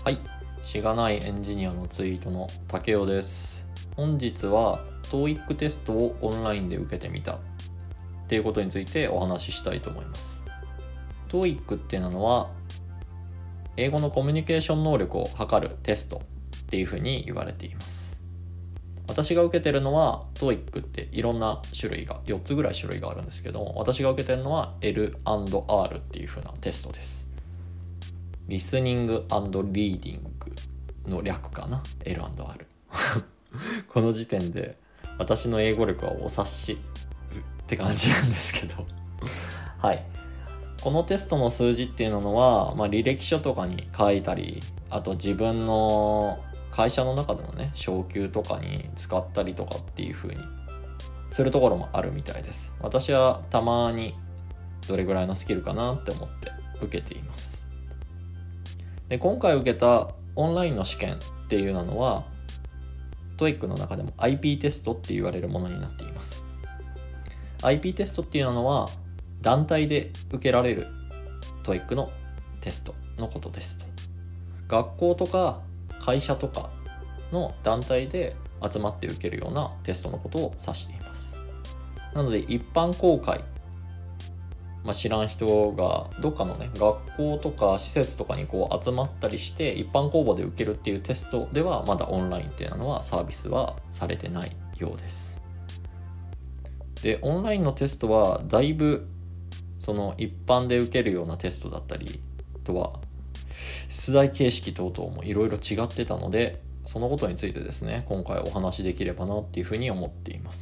はい、しがないエンジニアのツイートの竹雄です。本日は TOEIC テストをオンラインで受けてみたっていうことについてお話ししたいと思います。 TOEIC っていうのは英語のコミュニケーション能力を測るテストっていうふうに言われています。私が受けてるのは TOEIC っていろんな種類が4つぐらい種類があるんですけども、私が受けてるのは L&R っていうふうなテストです。リスニング&リーディングの略かな、 L&R この時点で私の英語力はお察しって感じなんですけどはい、このテストの数字っていうのは、履歴書とかに書いたり、あと自分の会社の中でのね昇給とかに使ったりとかっていう風にするところもあるみたいです。私はたまにどれぐらいのスキルかなって思って受けています。で、今回受けたオンラインの試験っていうのは TOEIC の中でも IP テストって言われるものになっています。 IP テストっていうのは団体で受けられる TOEIC のテストのことですと。学校とか会社とかの団体で集まって受けるようなテストのことを指しています。なので一般公開、知らん人がどっかのね学校とか施設とかにこう集まったりして一般公募で受けるっていうテストではまだオンラインっていうのはサービスはされてないようです。で、オンラインのテストはだいぶその一般で受けるようなテストだったりとは出題形式等々もいろいろ違ってたので、そのことについてですね今回お話しできればなっていうふうに思っています。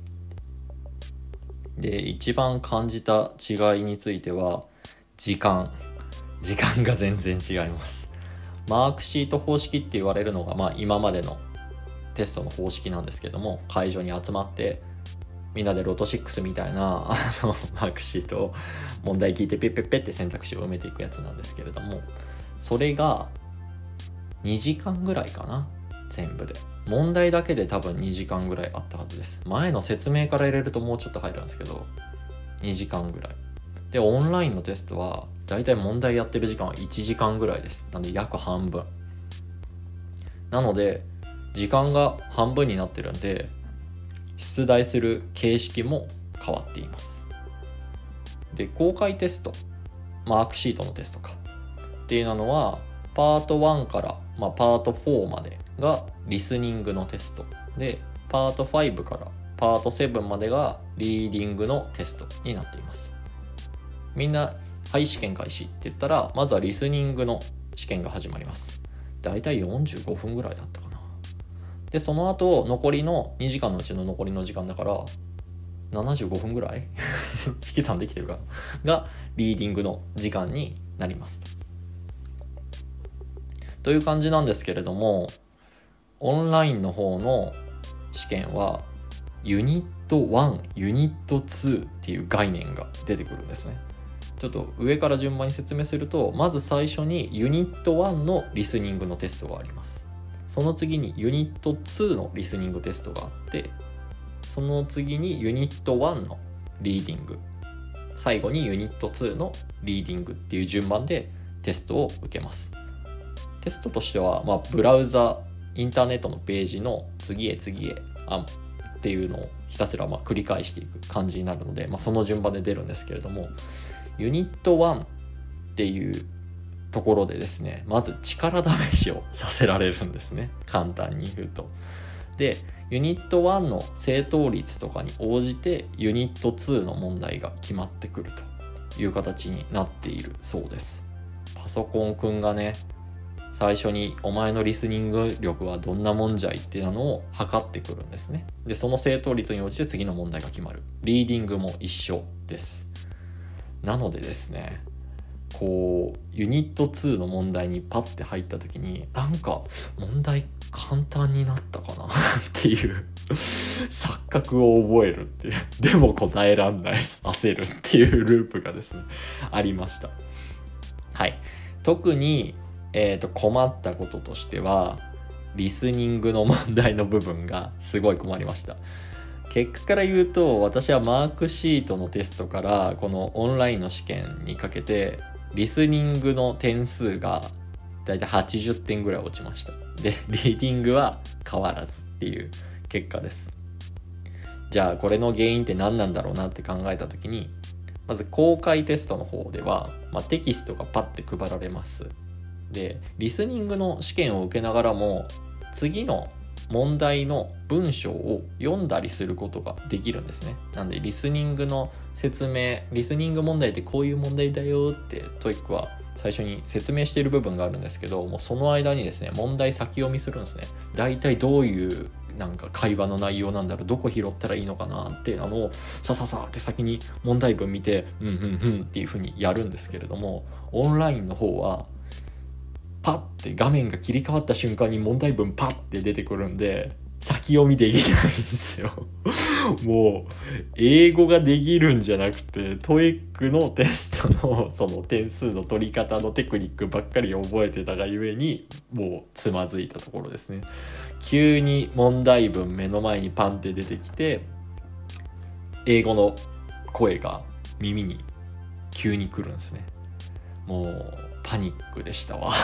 で、一番感じた違いについては時間が全然違います。マークシート方式って言われるのが、今までのテストの方式なんですけども、会場に集まってみんなでロト6みたいなマークシートを問題聞いてペッペッペッって選択肢を埋めていくやつなんですけれども、それが2時間ぐらいかな。全部で問題だけで多分2時間ぐらいあったはずです。前の説明から入れるともうちょっと入るんですけど2時間ぐらいで、オンラインのテストはだいたい問題やってる時間は1時間ぐらいです。なので約半分なので時間が半分になってるんで出題する形式も変わっています。で、公開テスト、マークシートのテストかっていうのはパート1から、パート4までがリスニングのテストで、パート5からパート7までがリーディングのテストになっています。みんなはい試験開始って言ったらまずはリスニングの試験が始まります。だいたい45分ぐらいだったかな。で、その後残りの2時間のうちの残りの時間だから75分ぐらい引き算できてるかがリーディングの時間になりますという感じなんですけれども、オンラインの方の試験はユニット1、ユニット2っていう概念が出てくるんですね。ちょっと上から順番に説明すると、まず最初にユニット1のリスニングのテストがあります。その次にユニット2のリスニングテストがあって、その次にユニット1のリーディング、最後にユニット2のリーディングっていう順番でテストを受けます。テストとしては、ブラウザ、インターネットのページの次へっていうのをひたすら繰り返していく感じになるので、その順番で出るんですけれども、ユニット1っていうところでですね、まず力試しをさせられるんですね、簡単に言うと。で、ユニット1の正答率とかに応じてユニット2の問題が決まってくるという形になっているそうです。パソコンくんがね、最初にお前のリスニング力はどんなもんじゃいっていうのを測ってくるんですね。で、その正答率に応じて次の問題が決まる。リーディングも一緒です。なのでですね、ユニット2の問題にパッて入った時になんか問題簡単になったかなっていう錯覚を覚えるっていう、でも答えらんない焦るっていうループがですねありました。はい、特に困ったこととしてはリスニングの問題の部分がすごい困りました。結果から言うと、私はマークシートのテストからこのオンラインの試験にかけてリスニングの点数がだいたい80点ぐらい落ちました。でリーディングは変わらずっていう結果です。じゃあこれの原因って何なんだろうなって考えた時に、まず公開テストの方では、テキストがパッて配られます。でリスニングの試験を受けながらも次の問題の文章を読んだりすることができるんですね。なんでリスニングの説明、リスニング問題ってこういう問題だよってTOEICは最初に説明している部分があるんですけど、もうその間にですね問題先読みするんですね。だいたいどういうなんか会話の内容なんだろう、どこ拾ったらいいのかなってさって先に問題文見てっていう風にやるんですけれども、オンラインの方はパッて画面が切り替わった瞬間に問題文パッて出てくるんで先読みできないんですよもう英語ができるんじゃなくてTOEICのテストのその点数の取り方のテクニックばっかり覚えてたがゆえにもうつまずいたところですね。急に問題文目の前にパンって出てきて英語の声が耳に急に来るんですね。もうパニックでしたわ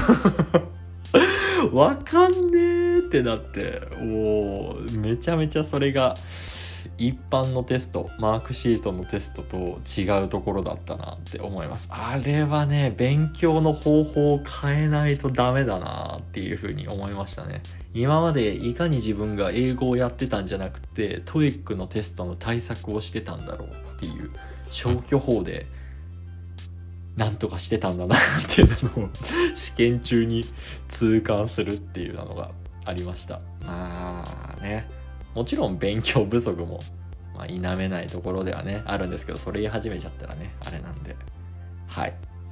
わかんねーってなって、もうめちゃめちゃそれが一般のテスト、マークシートのテストと違うところだったなって思います。あれはね、勉強の方法を変えないとダメだなっていうふうに思いましたね。今までいかに自分が英語をやってたんじゃなくてTOEICのテストの対策をしてたんだろうっていう消去法でなんとかしてたんだなっていうのを試験中に痛感するっていうのがありました。もちろん勉強不足も否めないところではねあるんですけど、それ言い始めちゃったらねあれなんで、はい。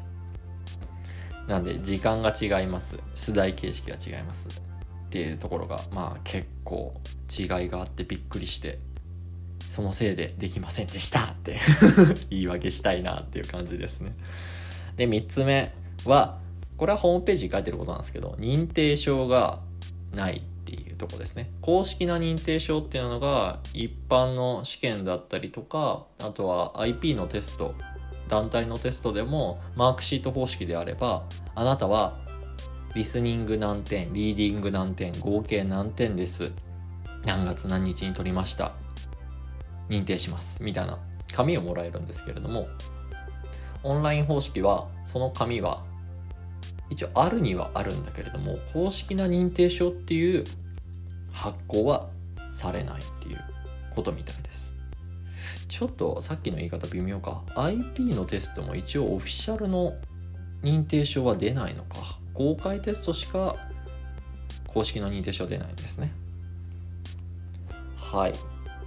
なんで時間が違います、出題形式が違いますっていうところが結構違いがあってびっくりして、そのせいでできませんでしたって言い訳したいなっていう感じですね。で3つ目は、これはホームページに書いてることなんですけど、認定証がないっていうところですね。公式な認定証っていうのが一般の試験だったりとか、あとは IP のテスト、団体のテストでもマークシート方式であれば、あなたはリスニング何点、リーディング何点、合計何点です、何月何日に取りました、認定しますみたいな紙をもらえるんですけれども、オンライン方式はその紙は一応あるにはあるんだけれども、公式な認定証っていう発行はされないっていうことみたいです。ちょっとさっきの言い方微妙か。 IP のテストも一応オフィシャルの認定証は出ないのか。公開テストしか公式の認定証出ないんですね。はい。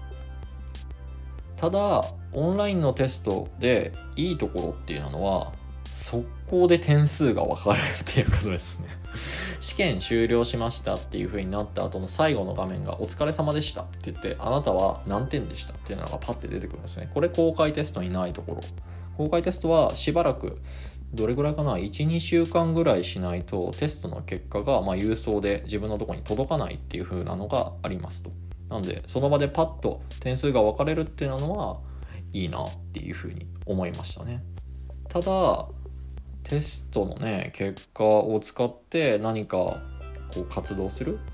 ただオンラインのテストでいいところっていうのは速攻で点数が分かるっていうことですね。試験終了しましたっていう風になった後の最後の画面がお疲れ様でしたって言って、あなたは何点でしたっていうのがパッて出てくるんですね。これ公開テストにないところ。公開テストはしばらくどれぐらいかな、 1,2 週間ぐらいしないとテストの結果が郵送で自分のところに届かないっていう風なのがありますと。なんでその場でパッと点数が分かれるっていうのはいいなっていうふうに思いましたね。ただテストのね結果を使って何かこう活動する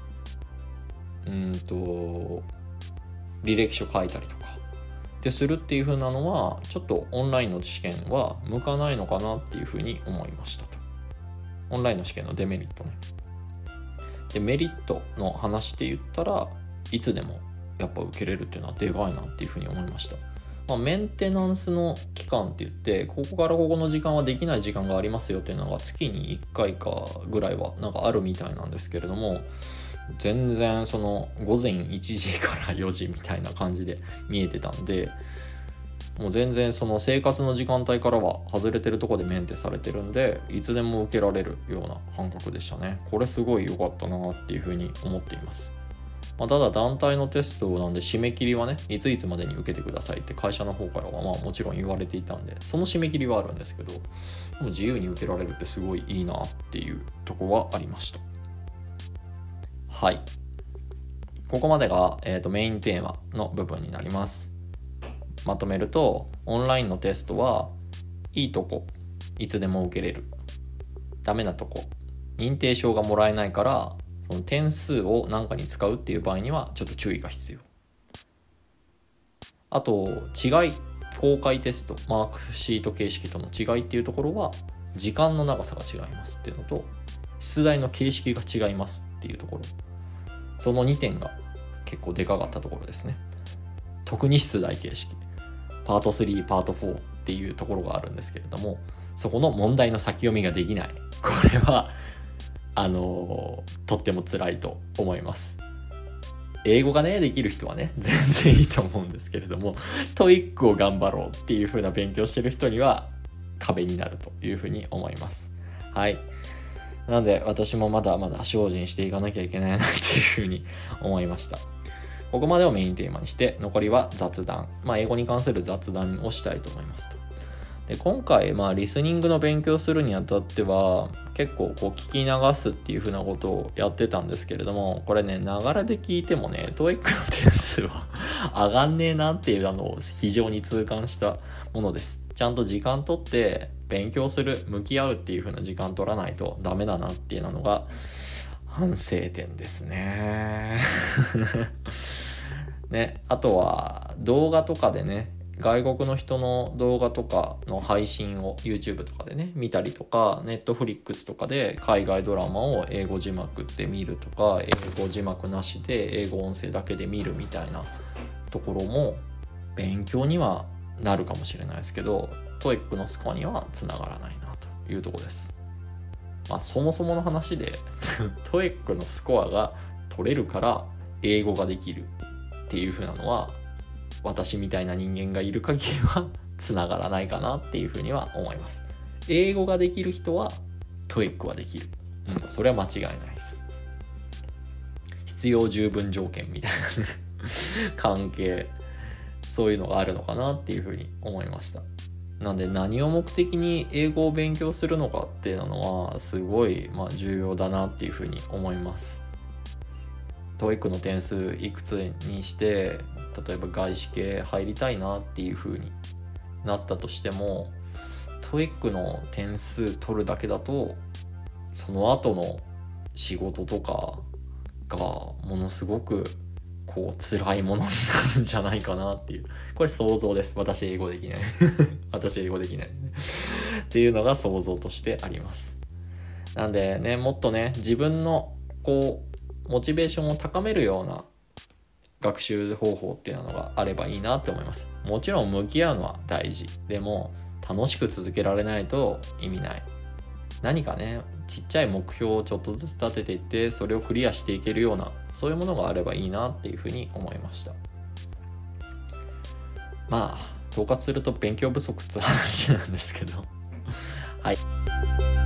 履歴書書いたりとかでするっていう風なのはちょっとオンラインの試験は向かないのかなっていう風に思いましたと。オンラインの試験のデメリットね。でメリットの話で言ったら、いつでもやっぱ受けれるっていうのはでかいなっていうふうに思いました。メンテナンスの期間って言って、ここからここの時間はできない時間がありますよっていうのが月に1回かぐらいはなんかあるみたいなんですけれども、全然その午前1時から4時みたいな感じで見えてたんで、もう全然その生活の時間帯からは外れてるところでメンテされてるんで、いつでも受けられるような感覚でしたね。これすごい良かったなっていうふうに思っています。ただ団体のテストなんで締め切りはね、いついつまでに受けてくださいって会社の方からはもちろん言われていたんで、その締め切りはあるんですけど、もう自由に受けられるってすごいいいなっていうところはありました。はい。ここまでが、メインテーマの部分になります。まとめると、オンラインのテストはいいとこ、いつでも受けれる。ダメなとこ、 認定証がもらえないから、その点数を何かに使うっていう場合にはちょっと注意が必要。あと公開テスト、マークシート形式との違いっていうところは、時間の長さが違いますっていうのと、出題の形式が違いますっていうところ、その2点が結構でかかったところですね。特に出題形式、パート3パート4っていうところがあるんですけれども、そこの問題の先読みができない、これはとっても辛いと思います。英語がねできる人はね全然いいと思うんですけれども、トイックを頑張ろうっていう風な勉強してる人には壁になるというふうに思います。はい。なので私もまだまだ精進していかなきゃいけないなっていうふうに思いました。ここまでをメインテーマにして、残りは雑談、英語に関する雑談をしたいと思いますと。で、今回リスニングの勉強するにあたっては結構聞き流すっていうふうなことをやってたんですけれども、これね、ながらで聞いてもね TOEIC の点数は上がんねえなっていうのを非常に痛感したものです。ちゃんと時間取って勉強する、向き合うっていう風な時間取らないとダメだなっていうのが反省点ですね。ね、あとは動画とかでね、外国の人の動画とかの配信を YouTube とかでね見たりとか、 Netflix とかで海外ドラマを英語字幕で見るとか、英語字幕なしで英語音声だけで見るみたいなところも勉強にはなるかもしれないですけど、 TOEIC のスコアにはつながらないなというところです。そもそもの話でTOEIC のスコアが取れるから英語ができるっていう風なのは、私みたいな人間がいる限りはつながらないかなっていう風には思います。英語ができる人は TOEIC はできる、それは間違いないです。必要十分条件みたいな関係、そういうのがあるのかなっていう風に思いました。なんで何を目的に英語を勉強するのかっていうのはすごい重要だなっていう風に思います。TOEIC の点数いくつにして例えば外資系入りたいなっていう風になったとしても、 TOEIC の点数取るだけだとその後の仕事とかがものすごく辛いものになるんじゃないかなっていう、これ想像です。私英語できない私英語できないっていうのが想像としてあります。なんでね、もっとね自分のモチベーションを高めるような学習方法っていうのがあればいいなって思います。もちろん向き合うのは大事でも、楽しく続けられないと意味ない。何かねちっちゃい目標をちょっとずつ立てていって、それをクリアしていけるような、そういうものがあればいいなっていうふうに思いました。統括すると勉強不足って話なんですけどはい。